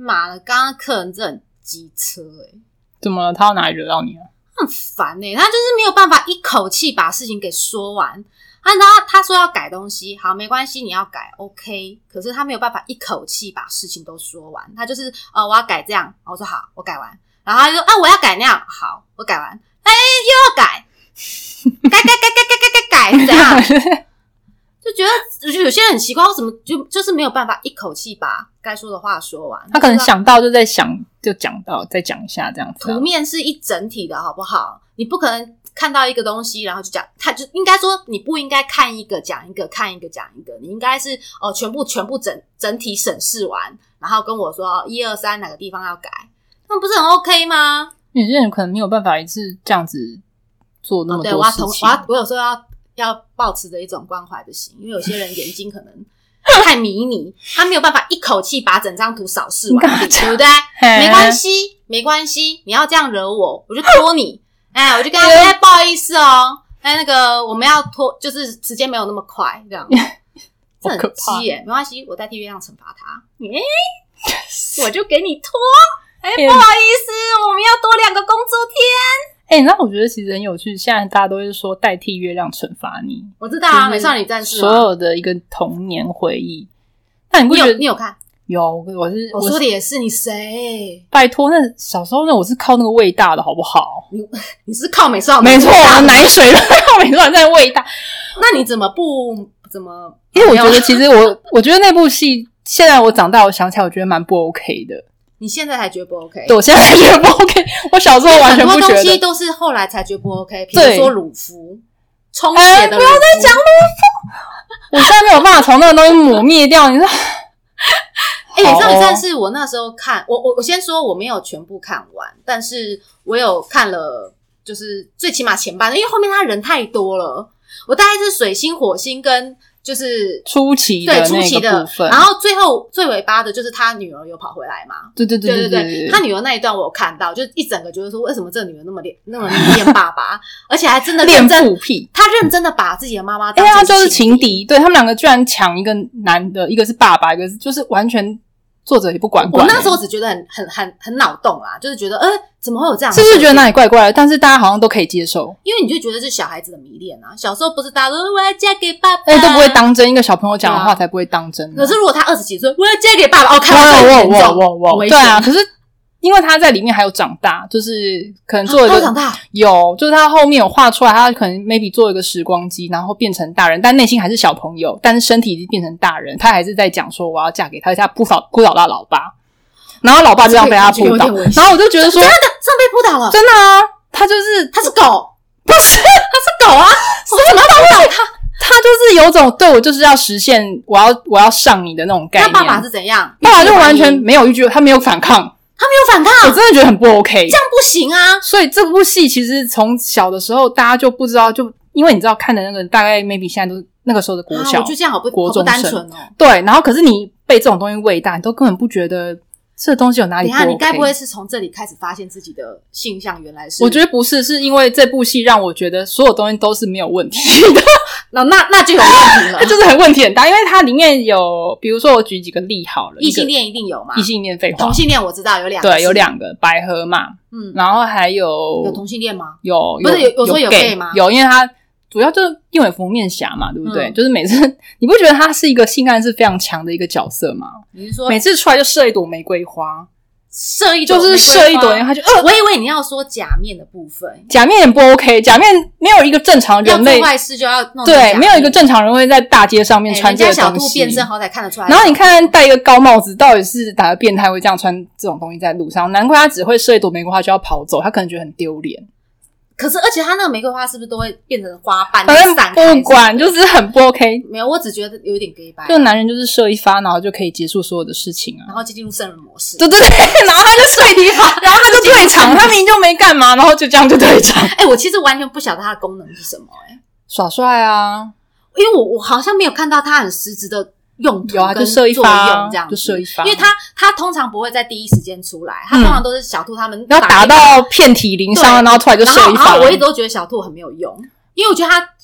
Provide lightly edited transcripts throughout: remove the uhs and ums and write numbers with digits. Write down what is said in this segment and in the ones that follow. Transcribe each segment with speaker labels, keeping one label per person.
Speaker 1: 妈的，刚刚客人真的很机车
Speaker 2: 怎么了？他要哪里惹到你了？
Speaker 1: 很烦他就是没有办法一口气把事情给说完。他说要改东西，好，没关系，你要改 OK， 可是他没有办法一口气把事情都说完。他就是我要改这样，我说好，我改完，然后他就说我要改那样，好，我改完，又要改这样就觉得有些人很奇怪，为什么就是没有办法一口气把该说的话说完。
Speaker 2: 他可能想到就在想，就讲到再讲一下这样子。
Speaker 1: 图面是一整体的好不好？你不可能看到一个东西然后就讲，他就应该说你不应该看一个讲一个，看一个讲一个，你应该是全部整体审视完，然后跟我说1、2、3哪个地方要改，那不是很 OK 吗？
Speaker 2: 有些人可能没有办法一次这样子做那么多事情。
Speaker 1: 我有时候要抱持着一种关怀的心，因为有些人眼睛可能太迷你，他没有办法一口气把整张图扫视完毕，对不对？没关系，你要这样惹我就拖你我就跟他说不好意思那个我们要拖，就是时间没有那么快这样这很鸡没关系，我代替月亮惩罚他我就给你拖不好意思，我们要多2个工作天
Speaker 2: 那我觉得其实很有趣，现在大家都会说代替月亮惩罚你。
Speaker 1: 我知道啊，美少女战士
Speaker 2: 所有的一个童年回忆。那你不觉得
Speaker 1: 你有看？
Speaker 2: 有，我
Speaker 1: 说的也是，你谁？
Speaker 2: 拜托，那小时候我是靠那个喂大的好不好？
Speaker 1: 你是靠美少女？
Speaker 2: 没错，奶水靠美少女在喂大。
Speaker 1: 那你怎么？
Speaker 2: 因为我觉得其实我觉得那部戏现在我长大我想起来我觉得蛮不 OK 的。
Speaker 1: 你现在才觉得不 OK？
Speaker 2: 对，我现在才觉得不 OK。我小时候完全不觉得，
Speaker 1: 很多东西都是后来才觉得不 OK。比如说乳肤，充血的乳肤，
Speaker 2: 不要再讲乳肤。我现在没有办法从那个东西抹灭掉，你知道？
Speaker 1: 美少女战士我那时候看，我先说我没有全部看完，但是我有看了，就是最起码前半段，因为后面他人太多了。我大概是水星、火星跟就是
Speaker 2: 初期的那个部分，
Speaker 1: 然后最后最尾巴的就是他女儿有跑回来嘛？
Speaker 2: 对，
Speaker 1: 他女儿那一段我有看到，就一整个觉得说为什么这女儿那么恋爸爸，而且还真的
Speaker 2: 恋父癖，
Speaker 1: 他认真的把自己的妈妈当成
Speaker 2: 他就是情敌，对他们两个居然抢一个男的，一个是爸爸，一个就是完全作者也不管。
Speaker 1: 我那时候只觉得很脑洞啦，就是觉得怎么会有这样？
Speaker 2: 是不是觉得哪里怪怪的？但是大家好像都可以接受，
Speaker 1: 因为你就觉得是小孩子的迷恋啊。小时候不是大家说我要嫁给爸爸，
Speaker 2: 都不会当真，一个小朋友讲的话才不会当真。
Speaker 1: 可是如果他20几岁，我要嫁给爸爸，看到很严重，
Speaker 2: 对啊。可是因为他在里面还有长大，就是可能做一个
Speaker 1: 长大
Speaker 2: 有，就是他后面有画出来，他可能 maybe 做一个时光机，然后变成大人，但内心还是小朋友，但是身体已经变成大人，他还是在讲说我要嫁给他，而且他扑倒他老爸。然后老爸就这样被他扑倒，然后我就觉得说，
Speaker 1: 真的被扑倒了，
Speaker 2: 真的啊，他是
Speaker 1: 狗，不是，他是狗啊，为什么要扑倒他？
Speaker 2: 他就是有种对我就是要实现我要上你的那种概念。
Speaker 1: 那爸爸是怎样？
Speaker 2: 爸爸就完全没有一句，他没有反抗，我真的觉得很不 OK，
Speaker 1: 这样不行啊。
Speaker 2: 所以这部戏其实从小的时候大家就不知道，就因为你知道看的那个大概 maybe 现在都是那个时候的国小，
Speaker 1: 我觉得这样好不单纯哦。
Speaker 2: 对，然后可是你被这种东西喂大，你都根本不觉得这东西有哪里不 OK。
Speaker 1: 等一下，你该不会是从这里开始发现自己的性向原来是？
Speaker 2: 我觉得不是，是因为这部戏让我觉得所有东西都是没有问题的。
Speaker 1: 那就有问题了，
Speaker 2: 就是很问题很大，因为它里面有，比如说我举几个例好了，
Speaker 1: 异性恋一定有嘛？异
Speaker 2: 性恋废话，
Speaker 1: 同性恋我知道有2个，
Speaker 2: 对，有2个百合嘛，然后还有
Speaker 1: 同性恋吗？
Speaker 2: 有，
Speaker 1: 不是有说有 gay 吗？
Speaker 2: 有，因为他主要就是因为福面侠嘛，对不对？就是每次你不觉得他是一个性暗示非常强的一个角色吗？
Speaker 1: 你是说
Speaker 2: 每次出来就射一朵玫瑰花？
Speaker 1: 射一
Speaker 2: 朵他就
Speaker 1: 我以为你要说假面的部分，
Speaker 2: 假面也不 OK， 假面没有一个正常人类
Speaker 1: 要做坏事就要弄，
Speaker 2: 对，没有一个正常人会在大街上面穿这个东西。
Speaker 1: 人家小兔变身好歹看得出来。
Speaker 2: 然后你看戴一个高帽子，到底是哪个变态会这样穿这种东西在路上？难怪他只会射一朵玫瑰花就要跑走，他可能觉得很丢脸。
Speaker 1: 可是，而且他那个玫瑰花是不是都会变成花瓣？
Speaker 2: 反正不管，就是很不 OK。
Speaker 1: 没有，我只觉得有点 gay 掰。
Speaker 2: 就男人就是射一发，然后就可以结束所有的事情啊，
Speaker 1: 然后就进入圣人模式。
Speaker 2: 对，然后他就射一发，然后他就退场，他明明就没干嘛，然后就这样就退场。
Speaker 1: 我其实完全不晓得他的功能是什么，
Speaker 2: 耍帅啊！
Speaker 1: 因为我好像没有看到他很实质的用途，
Speaker 2: 有啊，就射一发，这样就射一发。
Speaker 1: 因为他通常不会在第一时间出来，他通常都是小兔他们
Speaker 2: 要打到遍体鳞伤，然后出来就射一发。
Speaker 1: 然后我一直都觉得小兔很没有用，因为我觉得他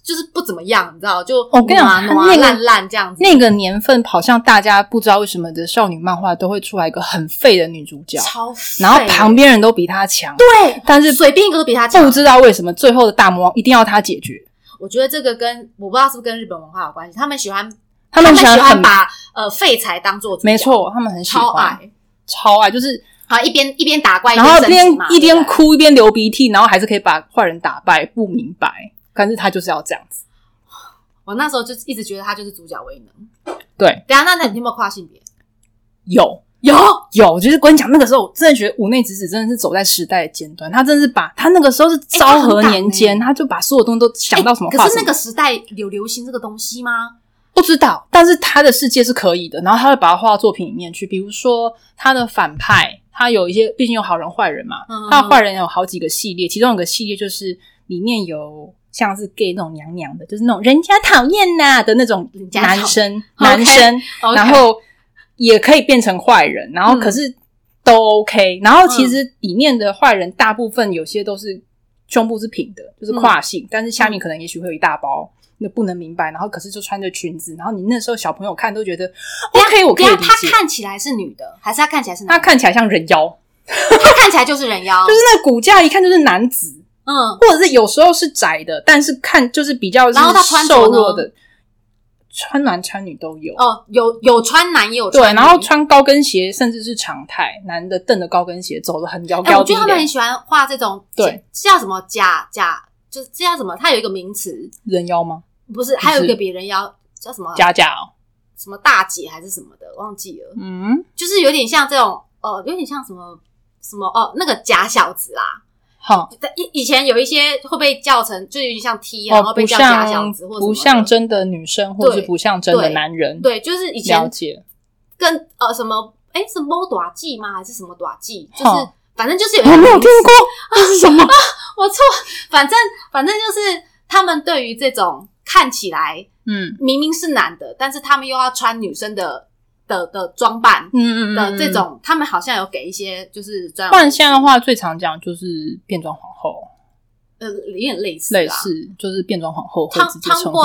Speaker 1: 就是不怎么样，你知道，就
Speaker 2: 我跟你讲，那个
Speaker 1: 烂这样子。
Speaker 2: 那个年份，好像大家不知道为什么的少女漫画都会出来一个很废的女主角，
Speaker 1: 超废，
Speaker 2: 然后旁边人都比她强，
Speaker 1: 对，
Speaker 2: 但是
Speaker 1: 随便一个都比她强，
Speaker 2: 不知道为什么最后的大魔王一定要她解决。
Speaker 1: 我觉得这个跟我不知道是不是跟日本文化有关系，他们喜欢把废材当做主角，
Speaker 2: 没错，他们很喜欢，超爱，就是
Speaker 1: 好一边打怪，
Speaker 2: 然后一边哭一边流鼻涕，然后还是可以把坏人打败，不明白，但是他就是要这样子。
Speaker 1: 我那时候就一直觉得他就是主角威能。
Speaker 2: 对，
Speaker 1: 等一下，那你有没有跨性别？
Speaker 2: 有，就是跟你讲，那个时候我真的觉得五内直子真的是走在时代的尖端，他真的是把他那个时候是昭和年间，他就把所有东西都想到什么画什么。
Speaker 1: 可是那个时代有流行这个东西吗？
Speaker 2: 不知道，但是他的世界是可以的，然后他会把它画到作品里面去，比如说他的反派，他有一些毕竟有好人坏人嘛，他的坏人有好几个系列，其中有个系列就是里面有像是 gay 那种娘娘的，就是那种人家讨厌呐的那种男生
Speaker 1: okay.
Speaker 2: 然后也可以变成坏人，然后可是都 OK，然后其实里面的坏人大部分有些都是胸部是平的，就是跨性，但是下面可能也许会有一大包，那不能明白，然后可是就穿着裙子，然后你那时候小朋友看都觉得 OK， 我可以理解。
Speaker 1: 他看起来是女的，还是他看起来是男的？
Speaker 2: 他看起来像人妖，
Speaker 1: 他看起来就是人妖，
Speaker 2: 就是那骨架一看就是男子，或者是有时候是窄的，但是看就是比较是瘦弱的，穿男穿女都有
Speaker 1: 有穿男也有穿女，
Speaker 2: 对，然后穿高跟鞋甚至是常态，男的蹬着高跟鞋走得很高低
Speaker 1: 我觉得他们很喜欢画这种，
Speaker 2: 对，
Speaker 1: 这叫什么假，就是这叫什么？它有一个名词，
Speaker 2: 人妖吗？
Speaker 1: 不是，还有一个比人妖叫什么？
Speaker 2: 假
Speaker 1: 什么大姐还是什么的，忘记了。就是有点像这种有点像什么那个假小子啦。好，以前有一些会被叫成，就有点像 T， 然后被叫假小子，或者
Speaker 2: 不像真的女生，或是不像真的男人。
Speaker 1: 对，就是以前
Speaker 2: 了解
Speaker 1: 跟什么什么短记吗？还是什么短记？就是反正就是有一个
Speaker 2: 我没有听过，那是什么？
Speaker 1: 我错，反正就是他们对于这种看起来明明是男的，但是他们又要穿女生的装扮的这种，他们好像有给一些就是这样。
Speaker 2: 不然现在的话，最常讲就是变装皇后，
Speaker 1: 有点类似
Speaker 2: 就是变装皇后会直接称呼。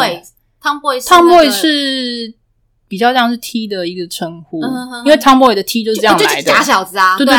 Speaker 1: Tomboy
Speaker 2: 是比较像是 T 的一个称呼，因为 Tomboy 的 T 就是这样来的，
Speaker 1: 就是假小子啊，
Speaker 2: 对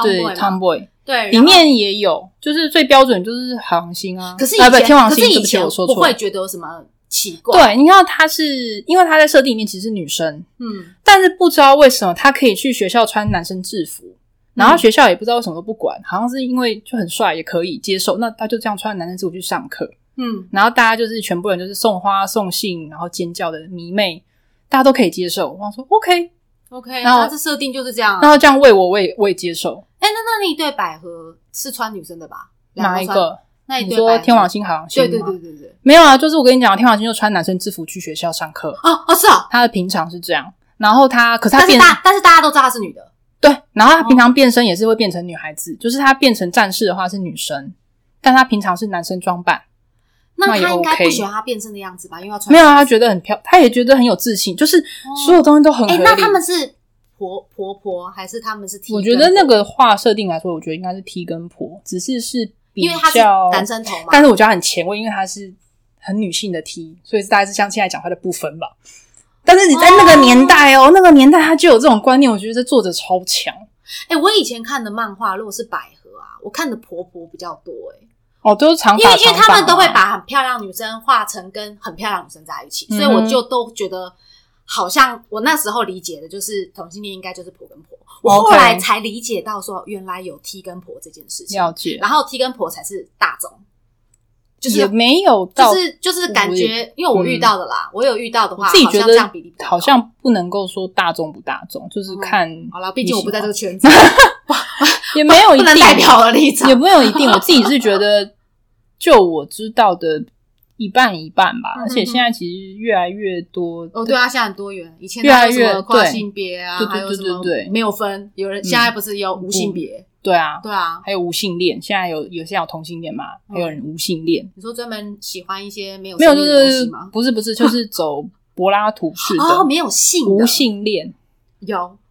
Speaker 2: Tomboy。
Speaker 1: 对，
Speaker 2: 里面也有，就是最标准就是海王星啊，
Speaker 1: 可是以前
Speaker 2: 天王星，对不起，我说错了，
Speaker 1: 不会觉得有什么奇怪。
Speaker 2: 对，你看他是因为他在设定里面其实是女生，但是不知道为什么他可以去学校穿男生制服，然后学校也不知道为什么都不管，好像是因为就很帅也可以接受，那他就这样穿男生制服去上课，然后大家就是全部人就是送花送信，然后尖叫的迷妹，大家都可以接受。我说 OK，
Speaker 1: 然后这设定就是这样，
Speaker 2: 然后这样喂我也接受。
Speaker 1: 那一对百合是穿女生的吧？
Speaker 2: 哪一个？
Speaker 1: 那一对
Speaker 2: 你说天王星海王星吗？
Speaker 1: 对，
Speaker 2: 没有啊，就是我跟你讲，天王星就穿男生制服去学校上课。
Speaker 1: 是啊，
Speaker 2: 他的平常是这样，然后可是他
Speaker 1: 但是大家都知道她是女的。
Speaker 2: 对，然后他平常变身也是会变成女孩子，就是他变成战士的话是女生，但他平常是男生装扮。
Speaker 1: 那他应该不喜欢他变身的样子吧？因为他穿
Speaker 2: 没有，他觉得很漂，他也觉得很有自信，就是所有东西都很合理。
Speaker 1: 那他们是婆还是他们是 T？
Speaker 2: 我觉得那个画设定来说，我觉得应该是 T 跟婆，只是比较，
Speaker 1: 因为他是男生头嘛。
Speaker 2: 但是我觉得他很前卫，因为他是很女性的 T， 所以大概是像现在讲话的不分吧。但是你在那个年代那个年代他就有这种观念，我觉得这作者超强。
Speaker 1: 我以前看的漫画如果是百合啊，我看的婆比较多
Speaker 2: 都是长发，
Speaker 1: 因为他们都会把很漂亮女生画成跟很漂亮女生在一起，所以我就都觉得好像我那时候理解的就是同性恋应该就是婆跟婆，我后来才理解到说原来有 T 跟婆这件事情，
Speaker 2: 了解，
Speaker 1: 然后 T 跟婆才是大众，就是
Speaker 2: 也没有到，
Speaker 1: 就是感觉，因为我遇到的啦，我有遇到的话，
Speaker 2: 我自己觉得
Speaker 1: 好像这样比例比较高，
Speaker 2: 好像不能够说大众不大众，就是看
Speaker 1: 好了，毕竟我不在这个圈子，
Speaker 2: 也没有一定，
Speaker 1: 不能代表我的立场，
Speaker 2: 也没有一定，我自己是觉得，就我知道的。一半一半吧，而且现在其实越来越多。
Speaker 1: 对啊，现在很多元，以前还有什么跨性别啊，还有什么没有分，有人现在不是有无性别？
Speaker 2: 对啊，
Speaker 1: 还
Speaker 2: 有无性恋，现在有些有同性恋嘛，还有人无性恋。
Speaker 1: 你说专门喜欢一些没有性的东西吗？
Speaker 2: 不是，就是走柏拉图式的
Speaker 1: 没有性的
Speaker 2: 无性恋。
Speaker 1: 有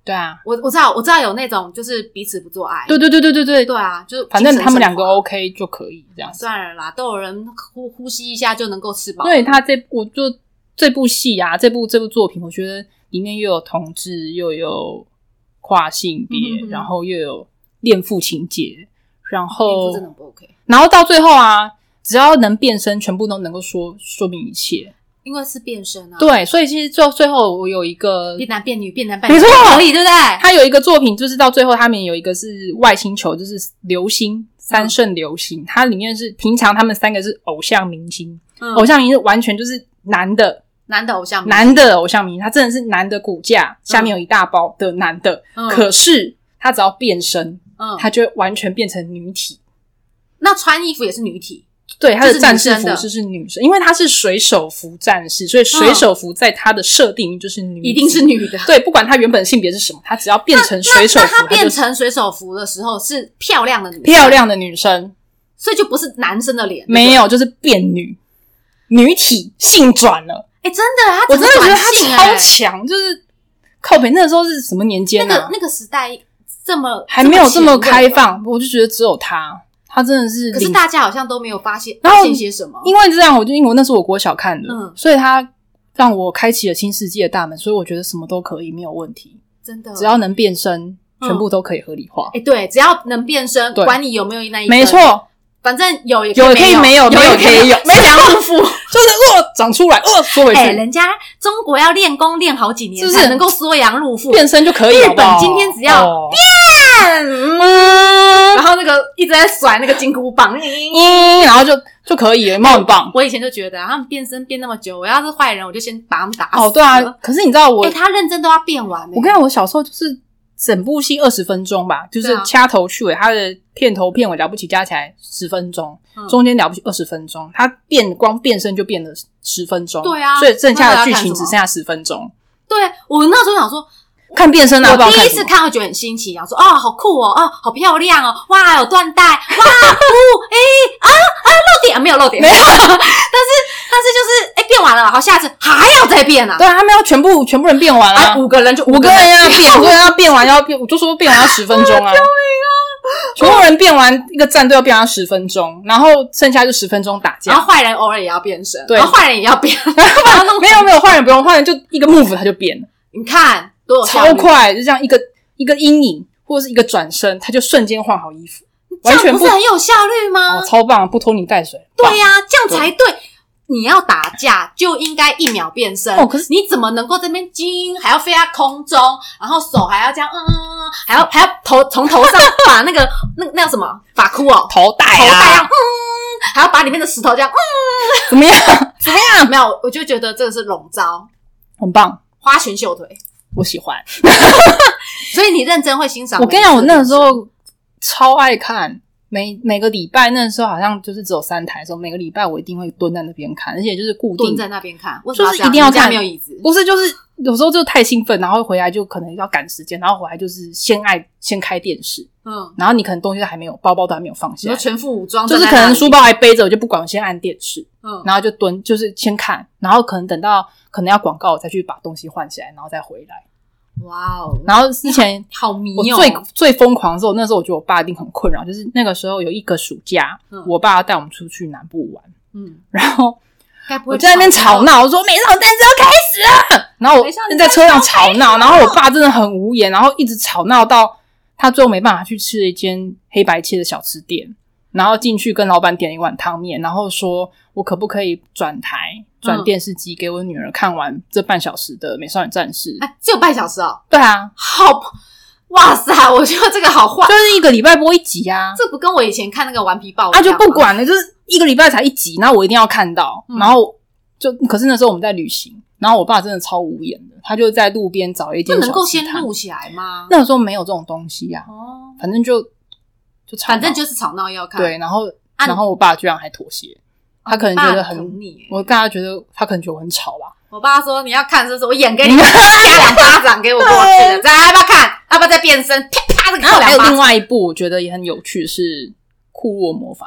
Speaker 2: 对啊，
Speaker 1: 我知道有那种就是彼此不做爱，
Speaker 2: 对
Speaker 1: 对啊，就是
Speaker 2: 反正他们两个 OK 就可以这样子。
Speaker 1: 算了啦，都有人呼吸一下就能够吃饱。
Speaker 2: 对，他这部戏啊，这部作品，我觉得里面又有同志，又有跨性别，然后又有恋父情节，然后
Speaker 1: 真的不 OK。
Speaker 2: 然后到最后啊，只要能变身，全部都能够说明一切。
Speaker 1: 因为是变身啊，
Speaker 2: 对，所以其实最后我有一个
Speaker 1: 变男变女变男变女，
Speaker 2: 没错，
Speaker 1: 可以对不对？
Speaker 2: 他有一个作品，就是到最后他们有一个是外星球，就是流星三圣流星，它里面是平常他们三个是偶像明星，偶像明星完全就是男的偶像明星，他真的是男的骨架，下面有一大包的男的，可是他只要变身，他就会完全变成女体。
Speaker 1: 那穿衣服也是女体。
Speaker 2: 对，他的战士服饰是女生，因为他是水手服战士，所以水手服在他的设定就是女，
Speaker 1: 一定是女的。
Speaker 2: 对，不管他原本性别是什么，他只要变成水手服，
Speaker 1: 那他变成水手服的时候是漂亮的女生，
Speaker 2: 所
Speaker 1: 以就不是男生的脸，
Speaker 2: 没有，就是变女体性转了。
Speaker 1: 真的，
Speaker 2: 我真的觉得他超强，就是靠北那个时候是什么年间啊？
Speaker 1: 那个时代这么
Speaker 2: 还没有这么开放，我就觉得只有他真的是，
Speaker 1: 可是大家好像都没有发现些什么。
Speaker 2: 因为这样，因为那是我国小看的，所以他让我开启了新世界的大门，所以我觉得什么都可以，没有问题。
Speaker 1: 真的，
Speaker 2: 只要能变身，全部都可以合理化。
Speaker 1: 对，只要能变身，管你有没有那一根，
Speaker 2: 没错。
Speaker 1: 反正有也
Speaker 2: 可以没有，没有可以有，
Speaker 1: 没良入腹，
Speaker 2: 就是长出来，缩回去。
Speaker 1: 人家中国要练功练好几年才能够缩阳入腹，
Speaker 2: 变身就可以。
Speaker 1: 日本今天只要变，然后那个一直在甩那个金箍棒，
Speaker 2: 然后就可以了，很棒。
Speaker 1: 我以前就觉得他们变身变那么久，我要是坏人，我就先把他们打死。
Speaker 2: 对啊，可是你知道
Speaker 1: 他认真都要变完。
Speaker 2: 我跟你讲，我小时候就是整部戏20分钟吧，就是掐头去尾，他的片头片尾了不起加起来10分钟，中间了不起20分钟，他光变身就变了10分钟。
Speaker 1: 对啊，
Speaker 2: 所以剩下的剧情只剩下10分钟。
Speaker 1: 对，我那时候想说
Speaker 2: 看变身啊，
Speaker 1: 我第一次看会觉得很新奇，然后说好酷哦，好漂亮哦，哇，有缎带，哇，露点没有露点，没有，但是就是变完了，好，下次还要再变啊。
Speaker 2: 对啊，他们要全部人变完啊
Speaker 1: ，5个人就
Speaker 2: 5个人要变，对啊，变完要变，我就说变完要10分钟啊。全部人变完一个战队要变完10分钟，然后剩下就10分钟打架，
Speaker 1: 然后坏人偶尔也要变身，
Speaker 2: 对，
Speaker 1: 然后坏人也要变，
Speaker 2: 没有坏人不用，坏人就一个 move 他就变了。
Speaker 1: 你看多有
Speaker 2: 超快，就这样一个阴影或者是一个转身，他就瞬间换好衣服，完全
Speaker 1: 不是很有效率吗？
Speaker 2: 超棒，不拖泥带水。
Speaker 1: 对呀，这样才对。你要打架就应该1秒变身，
Speaker 2: 可是
Speaker 1: 你怎么能够这边还要飞在空中，然后手还要这样，还要从头上把那个那什么发箍
Speaker 2: 头带
Speaker 1: 还要把里面的石头这样，
Speaker 2: 怎么样？
Speaker 1: 没有，我就觉得这个是笼招，
Speaker 2: 很棒，
Speaker 1: 花拳绣腿，
Speaker 2: 我喜欢。
Speaker 1: 所以你认真会欣赏。
Speaker 2: 我跟你讲，我那个时候超爱看。每个礼拜那时候好像就是只有3台的时候，每个礼拜我一定会蹲在那边看，而且就是固定
Speaker 1: 蹲在那边看，为什么
Speaker 2: 就是一定要看，
Speaker 1: 没有椅子，
Speaker 2: 不是就是有时候就太兴奋，然后回来就可能要赶时间，然后回来就是先开电视，然后你可能东西都还没有，包包都还没有放下来，
Speaker 1: 全副武装，
Speaker 2: 就是可能书包还背着，我就不管，我先按电视，然后就蹲，就是先看，然后可能等到可能要广告，我才去把东西换起来，然后再回来。
Speaker 1: 哇哦！
Speaker 2: 然后之前
Speaker 1: 好迷
Speaker 2: 哦，我最疯狂的时候，那时候我觉得我爸一定很困扰，就是那个时候有一个暑假，我爸要带我们出去南部玩，然后我在那边吵闹，我说美少女战士要开始了，然后我在车上吵闹，然后我爸真的很无言，然后一直吵闹到他最后没办法去吃了一间黑白切的小吃店，然后进去跟老板点了一碗汤面，然后说我可不可以转电视机给我女儿看完这半小时的美少女战士。
Speaker 1: 只有半小时哦？
Speaker 2: 对啊，
Speaker 1: 好，哇塞，我觉得这个好坏，
Speaker 2: 就是1个礼拜播1集啊，
Speaker 1: 这不跟我以前看那个顽皮豹
Speaker 2: 就不管了，就是1个礼拜才1集，然后我一定要看到，然后可是那时候我们在旅行，然后我爸真的超无言的，他就在路边找一间小吃摊。
Speaker 1: 能够先录起来吗？
Speaker 2: 那个时候没有这种东西啊，反正就吵闹，
Speaker 1: 反正就是吵闹要看。
Speaker 2: 对，然后我爸居然还妥协，他可能觉得很，我跟他觉得他可能觉得我很吵吧。
Speaker 1: 我爸说你要看是不是？我演给你看，加2巴掌给我过去的，再要不要看？要不要再变身？啪啪的给我2巴掌。
Speaker 2: 还有另外一部我觉得也很有趣是《库洛魔法使》，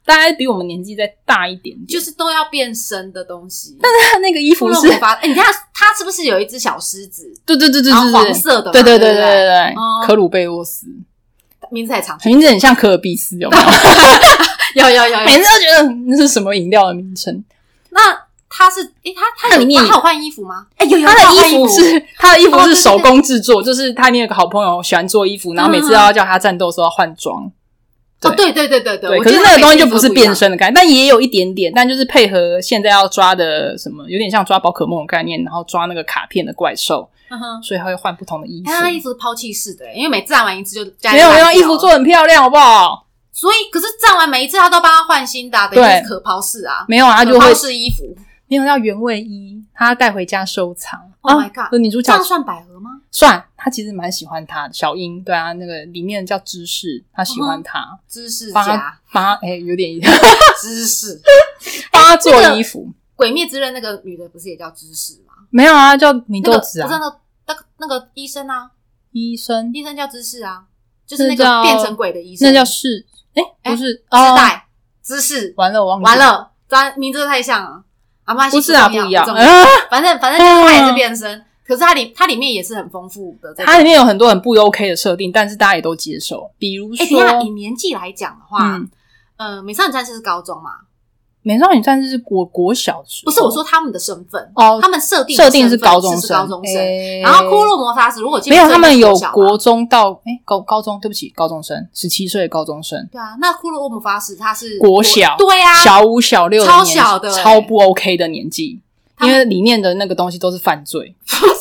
Speaker 2: 大概比我们年纪再大一点点，
Speaker 1: 就是都要变身的东西。
Speaker 2: 但是他那个衣服是，
Speaker 1: 你看他是不是有一只小狮子？
Speaker 2: 对，
Speaker 1: 然后黄色的嘛，
Speaker 2: 对，
Speaker 1: 可
Speaker 2: 鲁贝洛斯，
Speaker 1: 名字太长，
Speaker 2: 名字很像可尔必斯，有没有？有，每次都觉得那是什么饮料的名称。
Speaker 1: 那他是他里面他有换衣服吗？有
Speaker 2: 他的衣服是手工制作，就是他里面有个好朋友喜欢做衣服，然后每次要叫他战斗的时候要换装。
Speaker 1: 对，
Speaker 2: 可是那个东西就不是变身的概念，但也有一点点，但就是配合现在要抓的什么，有点像抓宝可梦的概念，然后抓那个卡片的怪兽，所以他会换不同的衣服。
Speaker 1: 他衣服是抛弃式的，因为每站完一次就
Speaker 2: 没有衣服做很漂亮，好不好？
Speaker 1: 所以可是站完每一次他都帮他换新的，等于是可抛式啊，
Speaker 2: 没有啊，他就会
Speaker 1: 可抛式衣服。
Speaker 2: 没有要原味衣，他带回家收藏。
Speaker 1: Oh my god！
Speaker 2: 女主角
Speaker 1: 这样算百合吗？
Speaker 2: 算，他其实蛮喜欢他的小樱，对啊，那个里面叫芝士，他喜欢他，
Speaker 1: 芝士家，
Speaker 2: 帮他有点
Speaker 1: 芝士，
Speaker 2: 帮他做衣服。
Speaker 1: 鬼灭之刃那个女的不是也叫芝士吗？
Speaker 2: 没有啊，叫米豆子啊，
Speaker 1: 不是那个医生啊，
Speaker 2: 医生
Speaker 1: 叫芝士啊，就是那个变成鬼的医生，
Speaker 2: 那叫士，不是
Speaker 1: 织带芝士，
Speaker 2: 完了，我忘记
Speaker 1: 完了，咱名字太像了。
Speaker 2: 不是啊，不一样。
Speaker 1: 反正就是他也是变身，可是它里面也是很丰富的。
Speaker 2: 它里面有很多很不 OK 的设定，但是大家也都接受。比如说，
Speaker 1: 以年纪来讲的话，美少女战士是高中嘛？
Speaker 2: 美少女战士是国小的时候，
Speaker 1: 不是我说他们的身份他们设定
Speaker 2: 是高中生，
Speaker 1: 然后骷髅魔法使如果
Speaker 2: 没有，他们有国中到高中，对不起，高中生，17岁的高中生。
Speaker 1: 对啊，那骷髅魔法使他是
Speaker 2: 国小，
Speaker 1: 对啊，
Speaker 2: 小5小6
Speaker 1: 超小的，
Speaker 2: 超不 OK 的年纪，因为里面的那个东西都是犯罪。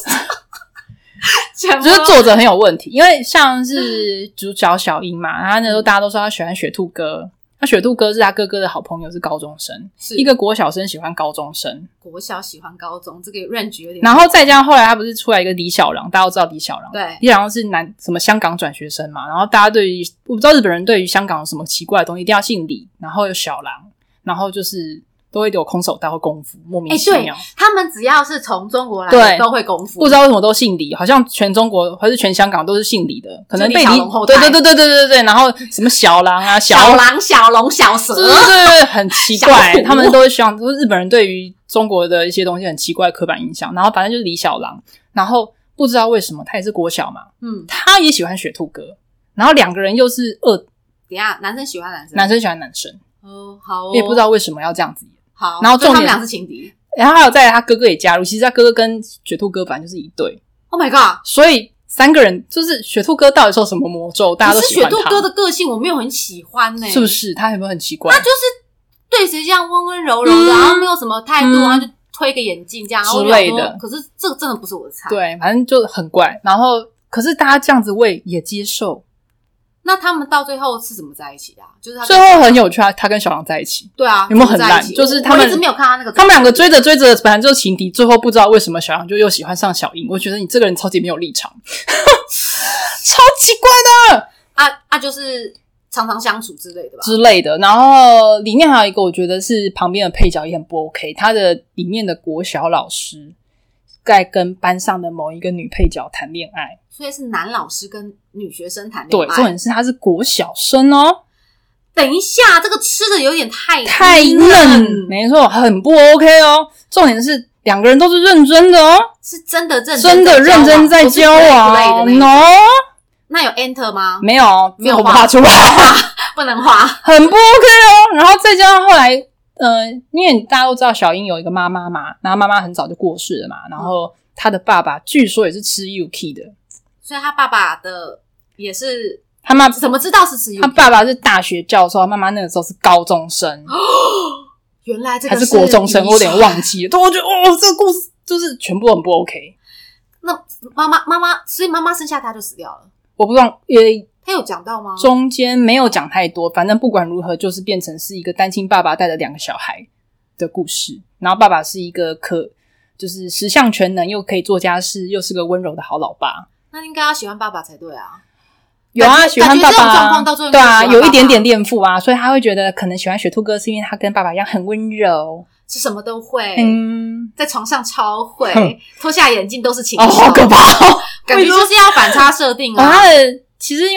Speaker 2: 就是作者很有问题，因为像是主角小樱嘛，他那时候大家都说他喜欢雪兔哥。那雪兔哥是他哥哥的好朋友，是高中生，一个国小生喜欢高中生，
Speaker 1: 国小喜欢高中，这个 range 有点。
Speaker 2: 然后再加上后来他不是出来一个李小狼，大家都知道李小狼，
Speaker 1: 对，
Speaker 2: 李小狼是什么香港转学生嘛，然后大家对于我不知道日本人对于香港有什么奇怪的东西，一定要姓李，然后有小狼，然后就是都会有空手道或功夫，莫名其妙。
Speaker 1: 他们只要是从中国来的都会功夫，
Speaker 2: 不知道为什么都姓李，好像全中国还是全香港都是姓李的，可能被李对，然后什么小狼啊、小
Speaker 1: 狼、小龙、小蛇，
Speaker 2: 对，很奇怪。他们都会希望，日本人对于中国的一些东西很奇怪的刻板印象。然后反正就是李小狼，然后不知道为什么他也是国小嘛，他也喜欢雪兔哥，然后两个人又是
Speaker 1: 等一下，男生喜欢男生，
Speaker 2: 男生喜欢男生，
Speaker 1: 好
Speaker 2: 也不知道为什么要这样子演。
Speaker 1: 好，
Speaker 2: 然后重点
Speaker 1: 他们俩是情敌，
Speaker 2: 然后还有再来他哥哥也加入，其实他哥哥跟雪兔哥本来就是一对。
Speaker 1: Oh my god！
Speaker 2: 所以3个人就是雪兔哥到底受什么魔咒，大家都喜欢他。
Speaker 1: 可是雪兔哥的个性我没有很喜欢
Speaker 2: 是不是？他有没有很奇怪？
Speaker 1: 他就是对谁这样温温柔柔的，然后没有什么态度，然后就推个眼镜这样
Speaker 2: 之类的。
Speaker 1: 可是这个真的不是我的菜。
Speaker 2: 对，反正就很怪。然后可是大家这样子我也接受。
Speaker 1: 那他们到最后是怎么在一起的就是他
Speaker 2: 最后很有趣啊，他跟小狼在一起。
Speaker 1: 对啊，
Speaker 2: 有没有很烂？就是他们
Speaker 1: 我一直没有看他那个，
Speaker 2: 他们两个追着本来就是情敌，最后不知道为什么小狼就又喜欢上小樱。我觉得你这个人超级没有立场，超奇怪的
Speaker 1: 就是常常相处之类的吧
Speaker 2: 之类的。然后里面还有一个我觉得是旁边的配角也很不 OK， 他的里面的国小老师在跟班上的某一个女配角谈恋爱。
Speaker 1: 所以是男老师跟女学生谈恋爱。
Speaker 2: 对，重点是他是国小生哦。
Speaker 1: 等一下，这个吃的有点太
Speaker 2: 嫩，没错，很不 OK 哦。重点是两个人都是认真的哦，
Speaker 1: 是真的认
Speaker 2: 真在交往。No，
Speaker 1: 那有 enter 吗？
Speaker 2: 没有，没有画出来，
Speaker 1: 不能画，
Speaker 2: 很不 OK 哦。然后再加上后来，因为大家都知道小樱有一个妈妈嘛，然后妈妈很早就过世了嘛，然后她的爸爸据说也是吃 Yuki 的。
Speaker 1: 所以他爸爸的也是，
Speaker 2: 他妈
Speaker 1: 怎么知道是吃 Yuki？
Speaker 2: 他爸爸是大学教授，妈妈那个时候是高中生。
Speaker 1: 原来这个
Speaker 2: 还是国中生，我有点忘记了。对，我觉得这个故事就是全部很不 OK。
Speaker 1: 那妈妈，所以妈妈生下他就死掉了。
Speaker 2: 我不知道，
Speaker 1: 他有讲到吗？
Speaker 2: 中间没有讲太多，反正不管如何，就是变成是一个单亲爸爸带着2个小孩的故事。然后爸爸是一个就是十项全能，又可以做家事，又是个温柔的好老爸。
Speaker 1: 那应该要喜欢爸爸才对啊。
Speaker 2: 有啊，喜欢爸爸，对啊，有一点点恋父啊，所以他会觉得可能喜欢雪兔哥是因为他跟爸爸一样很温柔，
Speaker 1: 是什么都会，在床上超会，脱下眼镜都是情
Speaker 2: 哦，好可怕哦，
Speaker 1: 感觉就是要反差设定啊。
Speaker 2: 他的其实因为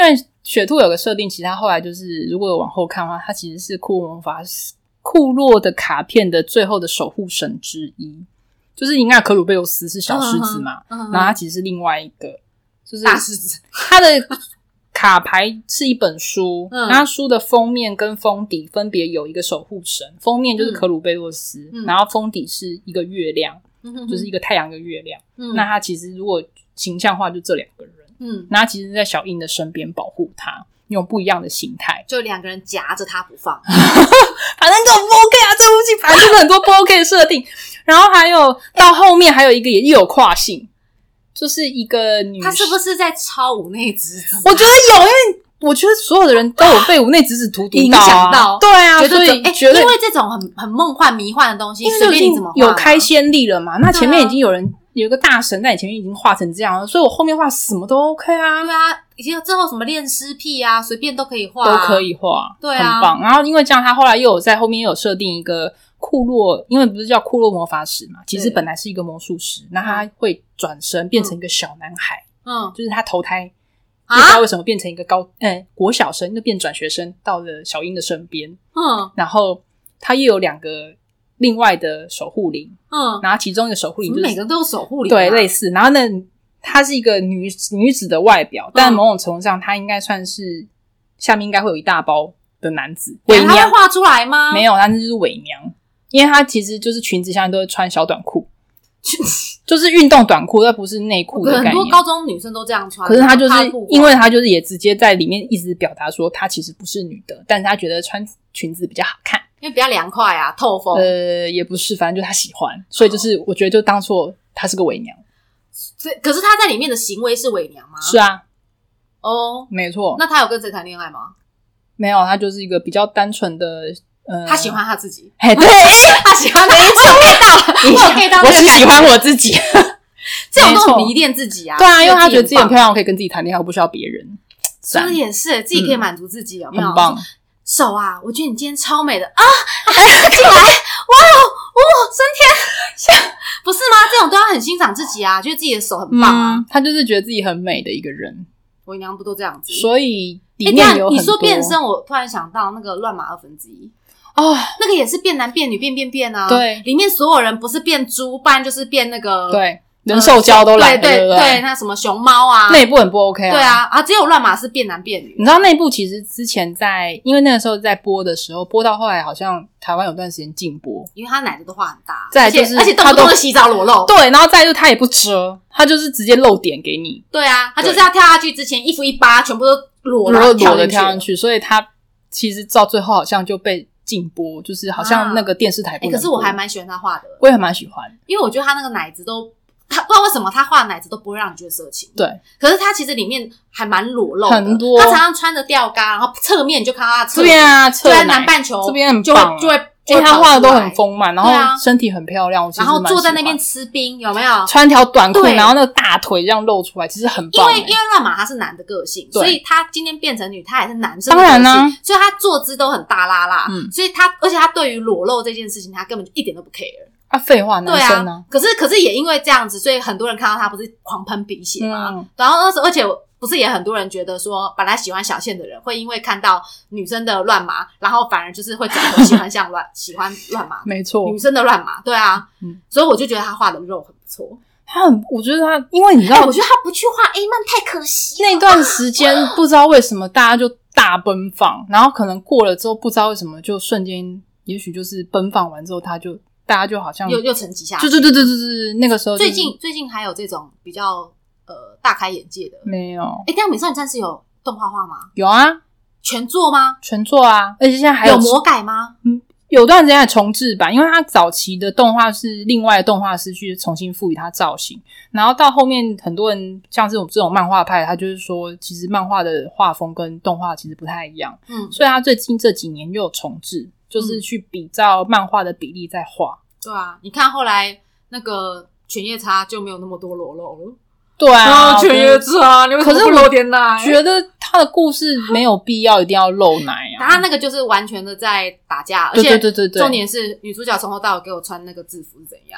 Speaker 2: 雪兔有个设定，其实他后来就是如果往后看的话，他其实是库洛的卡片的最后的守护神之一，就是应该可鲁贝欧斯是小狮子嘛，然后他其实是另外一个就是
Speaker 1: 大狮子，
Speaker 2: 他的卡牌是一本书，然后书的封面跟封底分别有一个守护神，封面就是可鲁贝洛斯，然后封底是一个月亮，就是一个太阳跟月亮，那他其实如果形象化就这两个人，那他其实在小樱的身边保护他，用不一样的形态，
Speaker 1: 就两个人夹着他不放
Speaker 2: 反正这种不 OK 啊，这部戏反正就是很多不 OK 的设定。然后还有到后面还有一个也有跨性，就是一个女，
Speaker 1: 他是不是在抄五内直子？
Speaker 2: 我觉得有，因为我觉得所有的人都有被五内直子荼毒
Speaker 1: 影响到，
Speaker 2: 对啊，
Speaker 1: 所以
Speaker 2: 觉得
Speaker 1: 因为这种很梦幻迷幻的东西，
Speaker 2: 因为
Speaker 1: 随便你怎么画
Speaker 2: 有开先例了嘛，那前面已经有人有一个大神在你前面已经画成这样了，所以我后面画什么都 OK 啊。
Speaker 1: 对啊，以及之后什么恋尸癖啊，随便都可以画，
Speaker 2: 都可以画，
Speaker 1: 对啊，
Speaker 2: 很棒。然后因为这样，他后来又有在后面又有设定一个库洛，因为不是叫库洛魔法使嘛，其实本来是一个魔术师，那他会转身变成一个小男孩，就是他投胎。不知道为什么变成一个国小生，就变转学生到了小樱的身边，然后他又有两个另外的守护灵，然后其中一个守护灵就是
Speaker 1: 每个都有守护灵，
Speaker 2: 对，类似，然后呢，她是一个女子的外表，但某种程度上，她应该算是下面应该会有一大包的男子，伪娘，
Speaker 1: 他会画出来吗？
Speaker 2: 没有，她就是伪娘，因为她其实就是裙子下面都会穿小短裤。就是运动短裤，而不是内裤的概念。
Speaker 1: 很多高中女生都这样穿，
Speaker 2: 可是她就是因为她就是也直接在里面一直表达说她其实不是女的，但是她觉得穿裙子比较好看，
Speaker 1: 因为比较凉快啊，透风。
Speaker 2: 也不是，反正就她喜欢，所以就是我觉得就当作她是个伪娘。
Speaker 1: 可是她在里面的行为是伪娘吗？
Speaker 2: 是啊，没错。
Speaker 1: 那她有跟谁谈恋爱吗？
Speaker 2: 没有，她就是一个比较单纯的。
Speaker 1: 他喜欢他自己，
Speaker 2: 对，
Speaker 1: 他喜欢的一种到，
Speaker 2: 我只喜欢我自己，
Speaker 1: 这种都迷恋自己啊。
Speaker 2: 对啊，因为他觉得自己很漂亮，我可以跟自己谈恋爱，我不需要别人。
Speaker 1: 说的也是，自己可以满足自己，有没有？
Speaker 2: 很棒。
Speaker 1: 手啊，我觉得你今天超美的啊！进来，哇哦，升天，不是吗？这种都要很欣赏自己啊，觉得自己的手很棒啊。
Speaker 2: 他就是觉得自己很美的一个人。
Speaker 1: 伪娘不都这样子？
Speaker 2: 所以里面有很多。
Speaker 1: 你说变身，我突然想到那个乱码1/2。那个也是变男变女变啊，对，里面所有人不是变猪，不然就是变那个
Speaker 2: 对人兽交都来了，
Speaker 1: 对，那什么熊猫啊，
Speaker 2: 那一部很不 OK 啊，
Speaker 1: 对啊，只有乱码是变男变女。
Speaker 2: 你知道那部其实之前因为那个时候在播的时候，播到后来好像台湾有段时间禁播，
Speaker 1: 因为他奶子都画很大，
Speaker 2: 再来就是
Speaker 1: 而且动不动就洗澡裸露，
Speaker 2: 对，然后再来就是他也不遮，他就是直接露点给你，
Speaker 1: 对啊，他就是要跳下去之前衣服一扒，全部都裸
Speaker 2: 的跳上去，所以他其实到最后好像就被禁播，就是好像那个电视台不能播。
Speaker 1: 可是我还蛮喜欢他画的，
Speaker 2: 我也很蛮喜欢，
Speaker 1: 因为我觉得他那个奶子都，他不知道为什么他画的奶子都不会让你觉得色情。
Speaker 2: 对，
Speaker 1: 可是他其实里面还蛮裸露的，
Speaker 2: 很多。
Speaker 1: 他常常穿着吊嘎，然后侧面你就看到他侧
Speaker 2: 这边啊，
Speaker 1: 就在南半球
Speaker 2: 这边很
Speaker 1: 棒，就会
Speaker 2: 因为他画的都很丰满，然后身体很漂亮，
Speaker 1: 然后坐在那边吃冰，有没有？
Speaker 2: 穿条短裤，然后那个大腿这样露出来，其实很棒。
Speaker 1: 因为乱码他是男的个性，所以他今天变成女，他也是男生
Speaker 2: 的个性，当然啊，
Speaker 1: 所以他坐姿都很大拉拉，所以而且他对于裸露这件事情，他根本就一点都不 care。
Speaker 2: 废话，男生啊。
Speaker 1: 可是也因为这样子，所以很多人看到他不是狂喷鼻血嘛，然后而且。不是也很多人觉得说，本来喜欢小倩的人会因为看到女生的乱码，然后反而就是会转头喜欢喜欢乱码，
Speaker 2: 没错，
Speaker 1: 女生的乱码，对啊，所以我就觉得他画的肉很不错。
Speaker 2: 我觉得他，因为你知道，
Speaker 1: 我觉得他不去画 A 漫太可惜了。
Speaker 2: 那段时间不知道为什么大家就大奔放，然后可能过了之后，不知道为什么就瞬间，也许就是奔放完之后，大家就好像
Speaker 1: 又沉寂下去。
Speaker 2: 对，那个时候、
Speaker 1: 最近还有这种比较。大开眼界的
Speaker 2: 没有？
Speaker 1: 这样美少女战士有动画化吗？
Speaker 2: 有啊，
Speaker 1: 全做吗？
Speaker 2: 全做啊，而且现在还
Speaker 1: 有魔改吗？
Speaker 2: 有段时间还重制版，因为它早期的动画是另外的动画师去重新赋予它造型，然后到后面很多人像这种漫画派，他就是说其实漫画的画风跟动画其实不太一样，所以他最近这几年又有重制，就是去比照漫画的比例再画。
Speaker 1: 对啊，你看后来那个犬夜叉就没有那么多裸露了。
Speaker 2: 对啊，
Speaker 1: 犬夜叉，你为什么不露点奶？
Speaker 2: 觉得他的故事没有必要一定要露奶啊。
Speaker 1: 他那个就是完全的在打架，而且重点是女主角从头到尾给我穿那个制服是怎样？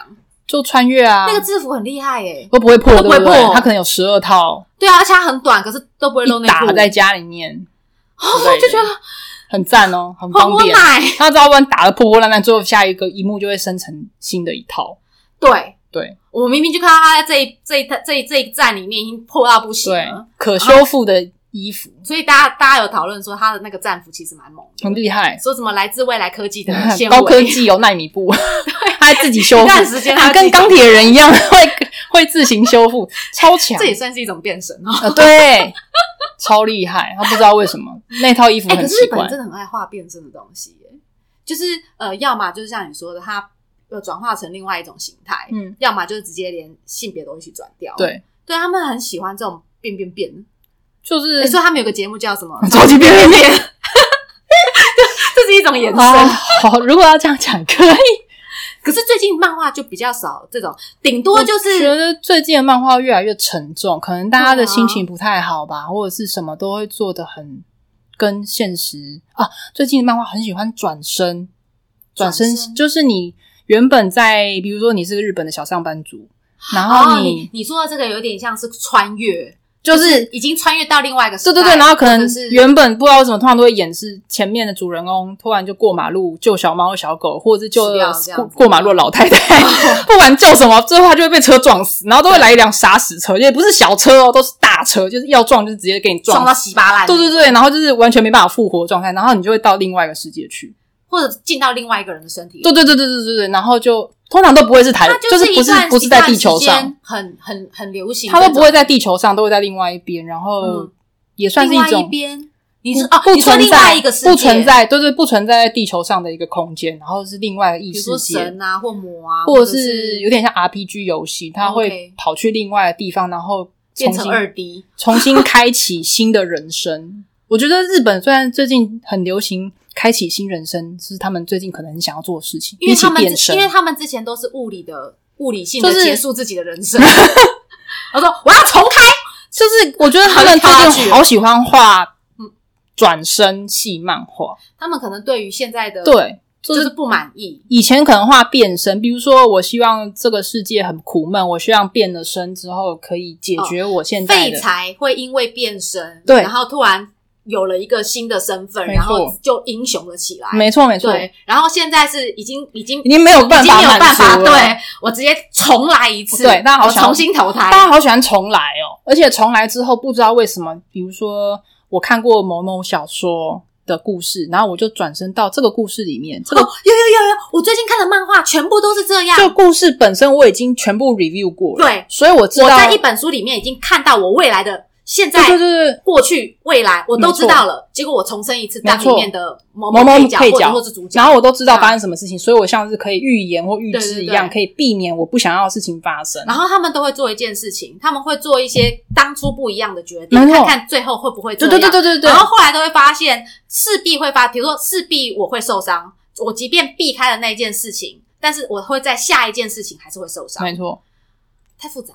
Speaker 2: 就穿越啊，
Speaker 1: 那个制服很厉害耶，
Speaker 2: 都不会破，
Speaker 1: 都不会破，
Speaker 2: 对不对？它可能有12套，
Speaker 1: 对啊，而且它很短，可是都不会露内裤，
Speaker 2: 打在家里面，
Speaker 1: 就觉得
Speaker 2: 很赞哦，很方便。他知道不然打得破破烂烂，最后下一个一幕就会生成新的一套。对，
Speaker 1: 我明明就看到他在这一站里面已经破到不行了，
Speaker 2: 对，可修复的衣服。
Speaker 1: 所以大家有讨论说他的那个战服其实蛮猛的，
Speaker 2: 很厉害，
Speaker 1: 说什么来自未来科技的纤维
Speaker 2: 高科技有奈米布，他自己修复，他跟钢铁人一样会自行修复，超强。
Speaker 1: 这也算是一种变身哦。
Speaker 2: 对，超厉害。他不知道为什么那套衣服很奇怪。
Speaker 1: 可是日本人真的很爱画变身的东西耶，就是要么就是像你说的，他转化成另外一种形态，要么就是直接连性别都一起转掉。
Speaker 2: 对，
Speaker 1: 他们很喜欢这种变，
Speaker 2: 就是
Speaker 1: 所以他们有个节目叫什么？
Speaker 2: 超级变，
Speaker 1: 这是一种延伸。
Speaker 2: 好，如果要这样讲可以。
Speaker 1: 可是最近漫画就比较少这种，顶多就是
Speaker 2: 我觉得最近的漫画越来越沉重，可能大家的心情不太好吧，或者是什么都会做得很跟现实啊。最近的漫画很喜欢转身就是你原本在，比如说你是个日本的小上班族，然后
Speaker 1: 你说的这个有点像是穿越，
Speaker 2: 就是
Speaker 1: 已经穿越到另外一个时代。
Speaker 2: 对，然后可能原本不知道为什么通常都会演是前面的主人公突然就过马路救小猫小狗，或者是救过马路的老太太，不管救什么，最后他就会被车撞死，然后都会来一辆砂石车，也不是小车哦，都是大车，就是要撞就直接给你撞
Speaker 1: 到稀巴烂。
Speaker 2: 对，然后就是完全没办法复活的状态，然后你就会到另外一个世界去。
Speaker 1: 或者进到另外一个人的身体。
Speaker 2: 对，然后就通常都不会是就是不是在地球上，
Speaker 1: 很流行，
Speaker 2: 它都不会在地球上，都会在另外一边，然后也算是一种
Speaker 1: 另外一边。你说
Speaker 2: 另外
Speaker 1: 一个世界，
Speaker 2: 不存在，对，不存在在地球上的一个空间，然后是另外的异世界，
Speaker 1: 比如说神啊或魔啊，
Speaker 2: 或者是有点像 RPG 游戏，它会跑去另外的地方，然后
Speaker 1: 变成2D，
Speaker 2: 重新开启新的人生。我觉得日本虽然最近很流行开启新人生，是他们最近可能很想要做的事情，
Speaker 1: 因为他们之前都是物理性的结束自己的人生。我说我要重开，
Speaker 2: 就是我觉得他们最近好喜欢画转身系漫画，
Speaker 1: 他们可能对于现在的
Speaker 2: 对
Speaker 1: 就是不满意。
Speaker 2: 以前可能画变身，比如说我希望这个世界很苦闷，我希望变了身之后可以解决我现在的
Speaker 1: 废柴会因为变身，
Speaker 2: 对，
Speaker 1: 然后突然有了一个新的身份，然后就英雄了起来。
Speaker 2: 没错，
Speaker 1: 对。然后现在是已经
Speaker 2: 没有办法
Speaker 1: 对，我直接重来一次。
Speaker 2: 对，大家好喜欢
Speaker 1: 重新投胎，
Speaker 2: 大家好喜欢重来哦。而且重来之后，不知道为什么，比如说我看过某某小说的故事，然后我就转身到这个故事里面。有，
Speaker 1: 我最近看的漫画全部都是这样。
Speaker 2: 就故事本身我已经全部 review 过了，
Speaker 1: 对，
Speaker 2: 所以我知道
Speaker 1: 我在一本书里面已经看到我未来的。现在、过去、未来，我都知道了。结果我重生一次，当里面的某某配角或是主角，
Speaker 2: 然后我都知道发生什么事情，所以我像是可以预言或预知一样，可以避免我不想要的事情发生。
Speaker 1: 然后他们都会做一件事情，他们会做一些当初不一样的决定，看看最后会不会这样。
Speaker 2: 对。
Speaker 1: 然后后来都会发现，势必比如说势必我会受伤，我即便避开了那件事情，但是我会在下一件事情还是会受伤。
Speaker 2: 没错，
Speaker 1: 太复杂。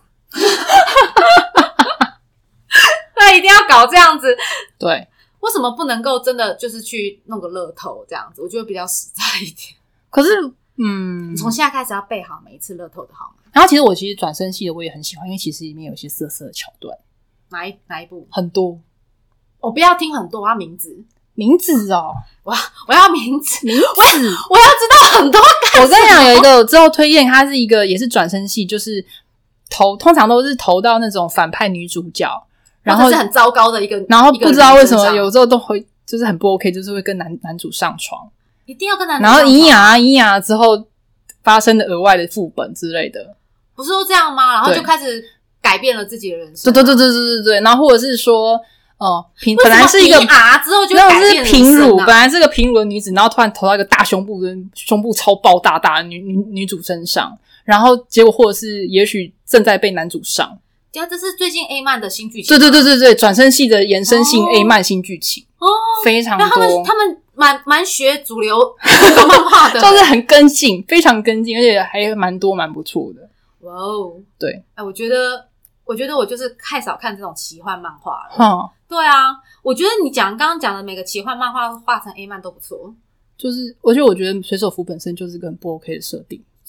Speaker 1: 那一定要搞这样子，
Speaker 2: 对？
Speaker 1: 为什么不能够真的就是去弄个乐透这样子？我觉得比较实在一点。
Speaker 2: 可是，
Speaker 1: 你从现在开始要备好每一次乐透的号码。
Speaker 2: 然后，其实我转身系的我也很喜欢，因为其实里面有一些色色的桥段。
Speaker 1: 哪一部？
Speaker 2: 很多。
Speaker 1: 我不要听很多，我要名字。
Speaker 2: 名字哦，
Speaker 1: 我要名字，
Speaker 2: 我要
Speaker 1: 知道很多。
Speaker 2: 我跟你讲，有一个我之后推荐，它是一个也是转身系，就是通常都是投到那种反派女主角。然后
Speaker 1: 是很糟糕的一个，
Speaker 2: 然后不知道为什么有时候都会就是很不 OK， 就是会跟男主上床，
Speaker 1: 一定要跟男主
Speaker 2: 上床。然后营养之后发生的额外的副本之类的，
Speaker 1: 不是都这样吗？然后就开始改变了自己的人生。
Speaker 2: 对。然后或者是说，本来是一个
Speaker 1: 之后就改变
Speaker 2: 是平乳，本来是个平乳的女子，然后突然投到一个大胸部跟胸部超爆大的女主身上，然后结果或者是也许正在被男主上。
Speaker 1: 这是最近 A 漫的新剧情。
Speaker 2: 对，转身系的延伸性 A 漫新剧情非常多。
Speaker 1: 他们蛮学主流漫画的，
Speaker 2: 就是很跟进，非常跟进，而且还蛮不错的。
Speaker 1: 哇哦，
Speaker 2: 对，
Speaker 1: 我觉得我就是太少看这种奇幻漫画了。对啊，我觉得你刚刚讲的每个奇幻漫画画成 A 漫都不错。
Speaker 2: 就是我觉得水手服本身就是个很不 OK 的设定。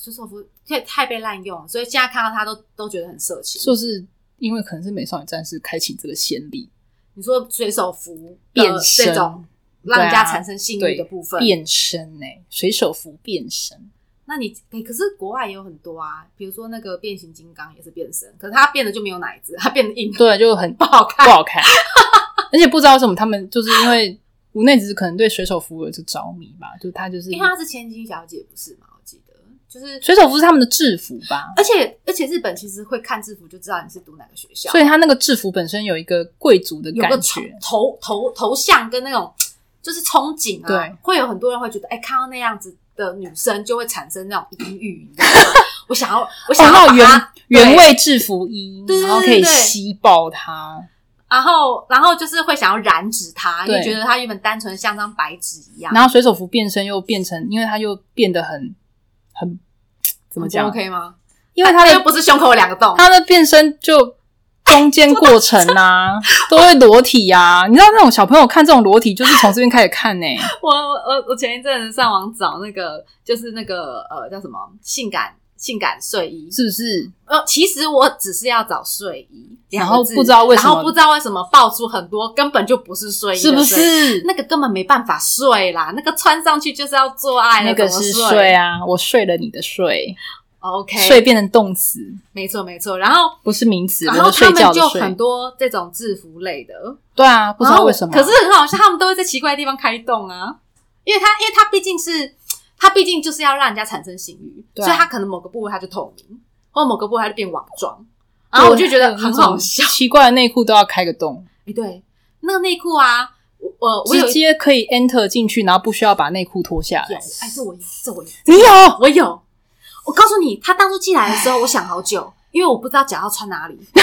Speaker 1: 水手服太被滥用了，所以现在看到他都觉得很色情。
Speaker 2: 就是因为可能是美少女战士开启这个先例。
Speaker 1: 你说水手服
Speaker 2: 变身
Speaker 1: 这种让人家产生性欲的部分，
Speaker 2: 变身水手服变身。
Speaker 1: 那你可是国外也有很多啊，比如说那个变形金刚也是变身，可是他变的就没有奶子，他变得硬，
Speaker 2: 对，就很
Speaker 1: 不好看，
Speaker 2: 不好看。而且不知道为什么他们就是因为屋内只是可能对水手服有这着迷吧，就是他就是
Speaker 1: 因为他是千金小姐不是吗？我记得就是
Speaker 2: 水手服是他们的制服吧，
Speaker 1: 而且日本其实会看制服就知道你是读哪个学校，
Speaker 2: 所以他那个制服本身有一个贵族的感觉，
Speaker 1: 有个头像跟那种就是憧憬啊，
Speaker 2: 对，
Speaker 1: 会有很多人会觉得看到那样子的女生就会产生那种淫欲，你知道吗？我想要把它
Speaker 2: 原味制服衣，
Speaker 1: 对，
Speaker 2: 然后可以吸爆它，
Speaker 1: 然后就是会想要染指它，因为觉得它原本单纯像张白纸一样。
Speaker 2: 然后水手服变身又变成，因为它又变得很怎么讲
Speaker 1: ？OK 吗？
Speaker 2: 因为它
Speaker 1: 又不是胸口有2个洞，
Speaker 2: 它的变身就中间过程啊都会裸体啊，你知道那种小朋友看这种裸体就是从这边开始看
Speaker 1: 我前一阵子上网找那个就是那个叫什么性感睡衣，
Speaker 2: 是不是？
Speaker 1: 其实我只是要找睡衣，
Speaker 2: 然后不知道为
Speaker 1: 什么爆出很多根本就不是睡衣，
Speaker 2: 是不是？
Speaker 1: 那个根本没办法睡啦，那个穿上去就是要做爱，
Speaker 2: 那个是睡啊，我睡了你的睡。
Speaker 1: OK，
Speaker 2: 睡变成动词，
Speaker 1: 没错，然后
Speaker 2: 不是名词，
Speaker 1: 然后
Speaker 2: 他们
Speaker 1: 就很多这种制服类的，
Speaker 2: 对啊，不知道为什么，
Speaker 1: 可是很好笑，他们都会在奇怪的地方开洞啊，因为他毕竟就是要让人家产生性欲，所以他可能某个部位他就透明，或某个部位他就变网状，然后我就觉得很好笑，
Speaker 2: 奇怪的内裤都要开个洞，
Speaker 1: 对，那个内裤啊，我
Speaker 2: 直接可以 enter 进去，然后不需要把内裤脱下来，
Speaker 1: 这我有，
Speaker 2: 你有，
Speaker 1: 我有。我告诉你，他当初寄来的时候，我想好久，因为我不知道脚要穿哪里，因为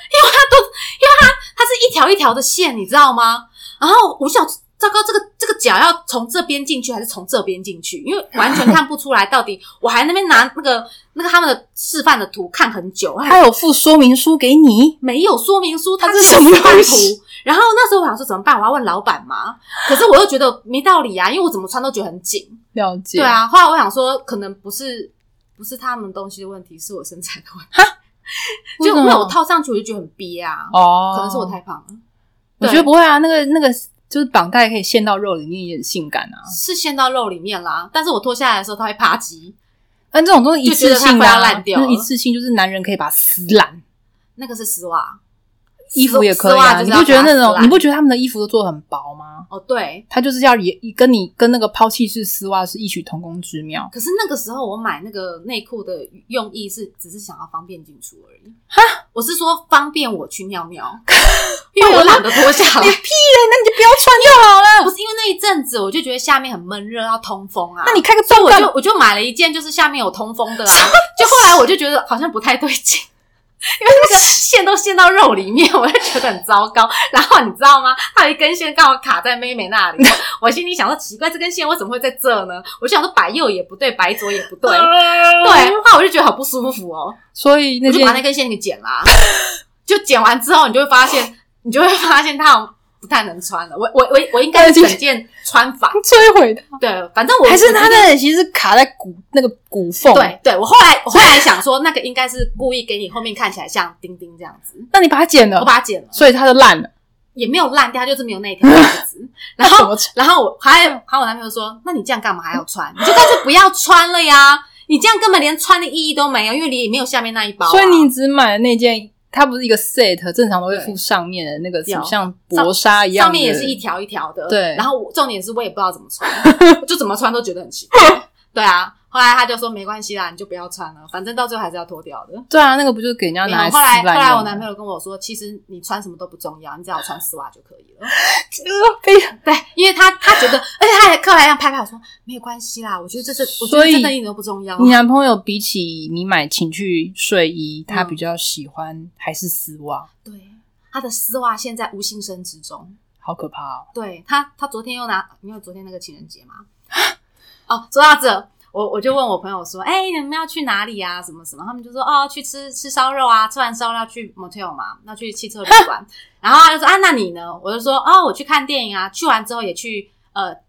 Speaker 1: 它是一条一条的线，你知道吗？然后我想，糟糕，这个脚要从这边进去还是从这边进去？因为完全看不出来到底。我还那边拿那个他们的示范的图看很久，
Speaker 2: 他有附说明书给你？
Speaker 1: 没有说明书，它
Speaker 2: 是什么东西？
Speaker 1: 然后那时候我想说怎么办？我要问老板嘛？可是我又觉得没道理啊，因为我怎么穿都觉得很紧。
Speaker 2: 了解。
Speaker 1: 对啊，后来我想说，可能不是他们东西的问题，是我身材的问题。就因为我套上去我就觉得很憋啊，可能是我太胖了。
Speaker 2: 我觉得不会啊，那个就是绑带可以陷到肉里面也很性感啊，
Speaker 1: 是陷到肉里面啦。但是我脱下来的时候它会啪叽，
Speaker 2: 但这种都是一次性的，
Speaker 1: 烂掉了。
Speaker 2: 一次性就是男人可以把它撕烂，
Speaker 1: 那个是丝袜。
Speaker 2: 衣服也可以啊，你不觉得那种？你不觉得他们的衣服都做得很薄吗？
Speaker 1: 哦，对，
Speaker 2: 他就是要跟那个抛弃式丝袜是异曲同工之妙。
Speaker 1: 可是那个时候我买那个内裤的用意是只是想要方便进出而已。哈，我是说方便我去尿尿，因为我懒得脱下来。
Speaker 2: 你屁嘞，那你就不要穿就好了。
Speaker 1: 不是因为那一阵子我就觉得下面很闷热，要通风啊。
Speaker 2: 那你开个洞，
Speaker 1: 我就买了一件就是下面有通风的啊。就后来我就觉得好像不太对劲。因为那个线都陷到肉里面，我就觉得很糟糕。然后你知道吗？它有一根线刚好卡在妹妹那里，我心里想说奇怪，这根线为什么会在这呢？我就想说摆右也不对，摆左也不对，对，后来我就觉得好不舒服哦。
Speaker 2: 所以
Speaker 1: 我就把那根线给剪啦。就剪完之后，你就会发现它不太能穿了。我应该整件穿反
Speaker 2: 摧毁它。
Speaker 1: 对，反正我
Speaker 2: 还是它的其实卡在那个骨缝。
Speaker 1: 对，我后来想说，那个应该是故意给你后面看起来像钉钉这样子。
Speaker 2: 那你把它剪了？
Speaker 1: 我把它剪了，
Speaker 2: 所以它就烂了。
Speaker 1: 也没有烂掉，它就是没有那一条带子。然后我还有我男朋友说，那你这样干嘛还要穿？你就干脆不要穿了呀！你这样根本连穿的意义都没有，因为你也没有下面那一包。
Speaker 2: 所以你只买了那件。它不是一个 set， 正常都会附上面的那个什么像薄纱一样的，
Speaker 1: 上面也是一条一条的。
Speaker 2: 对，
Speaker 1: 然后重点是我也不知道怎么穿，就怎么穿都觉得很奇怪。对啊，后来他就说没关系啦，你就不要穿了，反正到最后还是要脱掉的。
Speaker 2: 对啊，那个不就是给人家拿来撕烂用？
Speaker 1: 后来我男朋友跟我说，其实你穿什么都不重要，你只要穿丝袜就可以了。对，因为他觉得，而且他还后来让拍拍我说没有关系啦，我觉得我觉得真的一点都不重要。
Speaker 2: 你男朋友比起你买情趣睡衣，他比较喜欢还是丝袜？
Speaker 1: 对，他的丝袜现在无性生之中，
Speaker 2: 好可怕哦。
Speaker 1: 对，他昨天又因为昨天那个情人节嘛。哦，说到这。我就问我朋友说，你们要去哪里啊？什么什么？他们就说去吃烧肉啊，吃完烧肉要去 motel 嘛，要去汽车旅馆。然后他就说那你呢？我就说我去看电影啊。去完之后也去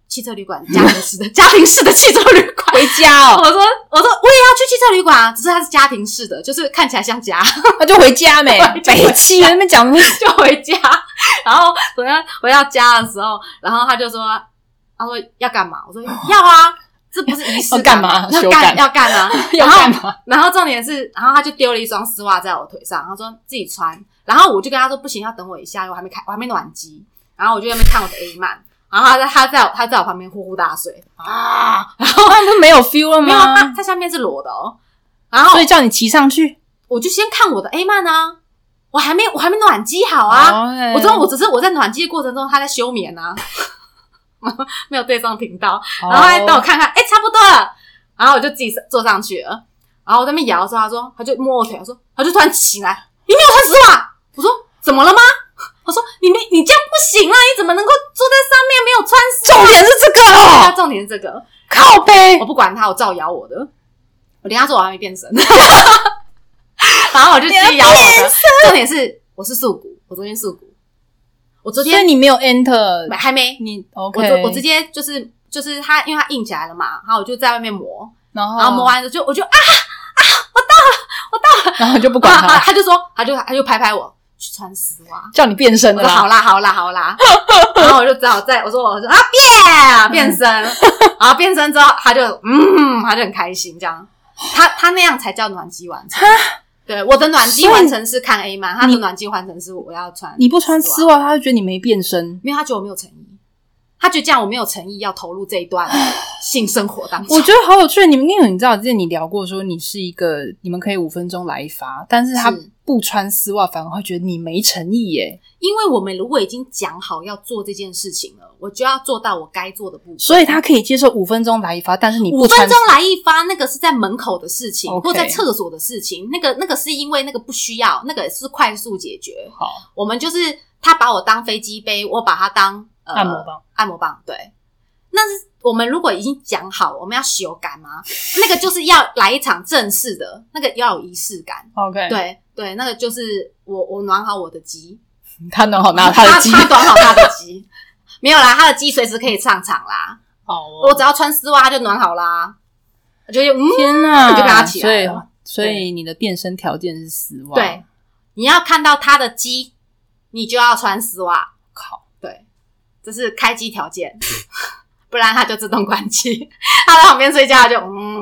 Speaker 1: 汽车旅馆，家庭式的汽车旅馆，
Speaker 2: 回家哦。
Speaker 1: 我说我也要去汽车旅馆啊，只是它是家庭式的，就是看起来像家，
Speaker 2: 那就回家没，北七那边讲
Speaker 1: 就回家。然后昨天回到家的时候，然后他说要干嘛？我说要啊，这不是仪式感吗？要干啊！然后重点是，然后他就丢了一双丝袜在我腿上，他说自己穿。然后我就跟他说不行，要等我一下，因为我还没暖机。然后我就在那边看我的 A 漫，然后他在我旁边呼呼大睡啊，然后
Speaker 2: 他们没有 feel 了吗？
Speaker 1: 没有，他下面是裸的哦。然后
Speaker 2: 所以叫你骑上去，
Speaker 1: 我就先看我的 A 漫啊，我还没暖机好啊。我只是我在暖机的过程中，他在休眠啊。没有对上频道，然后他等我看看，差不多了，然后我就自己坐上去了，然后我在那边摇的时候，他就摸我腿，他就突然醒来，你没有穿丝袜？我说怎么了吗？我说你这样不行啊，你怎么能够坐在上面没有穿丝袜？
Speaker 2: 重点是这个哦，
Speaker 1: 重点是这个，
Speaker 2: 靠背，
Speaker 1: 我不管他，我照摇我的，我连他说我还没变身，然后我就继续摇我的，重点是我是素骨，我昨天素骨。我昨天
Speaker 2: 所以你没有 enter，
Speaker 1: 还没
Speaker 2: 你 OK，
Speaker 1: 我直接就是它，因为它硬起来了嘛，然后我就在外面磨，
Speaker 2: 然后
Speaker 1: 磨完了我就我到了，
Speaker 2: 然后就不管他，
Speaker 1: 他就拍我去穿丝袜，
Speaker 2: 叫你变身了
Speaker 1: 啦，好啦，然后我就只好我说变身，然后变身之后他就很开心这样，他那样才叫暖机完成。对，我的暖机完成是看 A 漫，他的暖机完成是我要穿。
Speaker 2: 你不穿丝袜，他就觉得你没变身，
Speaker 1: 因为他觉得我没有诚意，他觉得这样我没有诚意要投入这一段性生活当中。
Speaker 2: 我觉得好有趣，因为你知道之前你聊过说你是一个你们可以5分钟来一发，但是他不穿丝袜反而会觉得你没诚意耶。
Speaker 1: 因为我们如果已经讲好要做这件事情了，我就要做到我该做的部分。
Speaker 2: 所以他可以接受5分钟来一发，但是你不
Speaker 1: 穿5分钟来一发，那个是在门口的事情，
Speaker 2: okay，
Speaker 1: 或在厕所的事情。那个是因为那个不需要，那个是快速解决。
Speaker 2: 好，
Speaker 1: 我们就是他把我当飞机杯，我把他当按摩棒。对，那是我们如果已经讲好我们要修改吗？那个就是要来一场正式的，那个要有仪式感。
Speaker 2: OK，
Speaker 1: 对，那个就是我暖好我的鸡。
Speaker 2: 他暖好他的鸡，
Speaker 1: 他暖好他的鸡，没有啦，他的鸡随时可以上场啦。我只要穿丝袜，他就暖好啦。我就
Speaker 2: 天哪，
Speaker 1: 就跟他起来了。
Speaker 2: 所以你的变身条件是丝袜。
Speaker 1: 对，你要看到他的鸡，你就要穿丝袜。
Speaker 2: 靠，
Speaker 1: 对，这是开机条件，不然他就自动关机。他在旁边睡觉就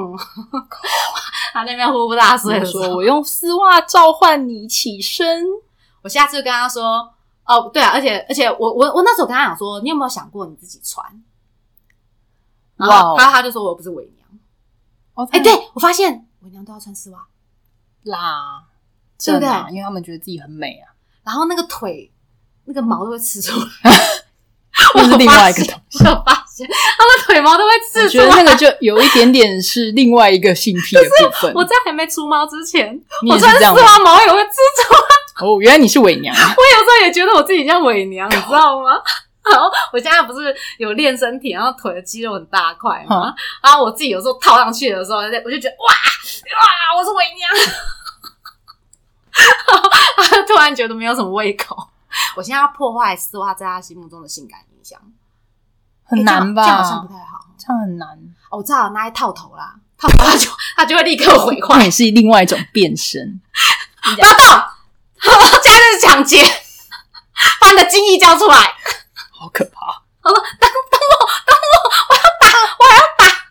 Speaker 1: 他那边呼呼大睡的时候，
Speaker 2: 说我用丝袜召唤你起身。
Speaker 1: 我下次跟他说，对啊，而且我那时候跟他讲说，你有没有想过你自己穿？哇！他就说我又不是伪娘。对，我发现伪娘都要穿丝袜
Speaker 2: 啦，
Speaker 1: 对不对？
Speaker 2: 因为他们觉得自己很美啊。
Speaker 1: 然后那个腿那个毛都会刺出来，
Speaker 2: 那是另外一个东西。
Speaker 1: 我发现他们腿毛都会刺出来，
Speaker 2: 我觉得那个就有一点点是另外一个性癖的部分。
Speaker 1: 我在还没除毛之前，
Speaker 2: 我穿丝
Speaker 1: 袜毛也会刺出来。
Speaker 2: 哦，原来你是伪娘。
Speaker 1: 我有时候也觉得我自己像伪娘，你知道吗？然后我现在不是有练身体，然后腿的肌肉很大块嘛，然后我自己有时候套上去的时候，我就觉得哇，我是伪娘。突然觉得没有什么胃口。我现在要破坏丝袜在他心目中的性感印象，
Speaker 2: 很难吧？
Speaker 1: 这样好像不太好，
Speaker 2: 这样很难。
Speaker 1: 我知道拿来套头啦，套头他就会立刻毁坏。
Speaker 2: 那也是另外一种变身。
Speaker 1: 不要动！现在是抢劫，把你的精液交出来，
Speaker 2: 好可怕。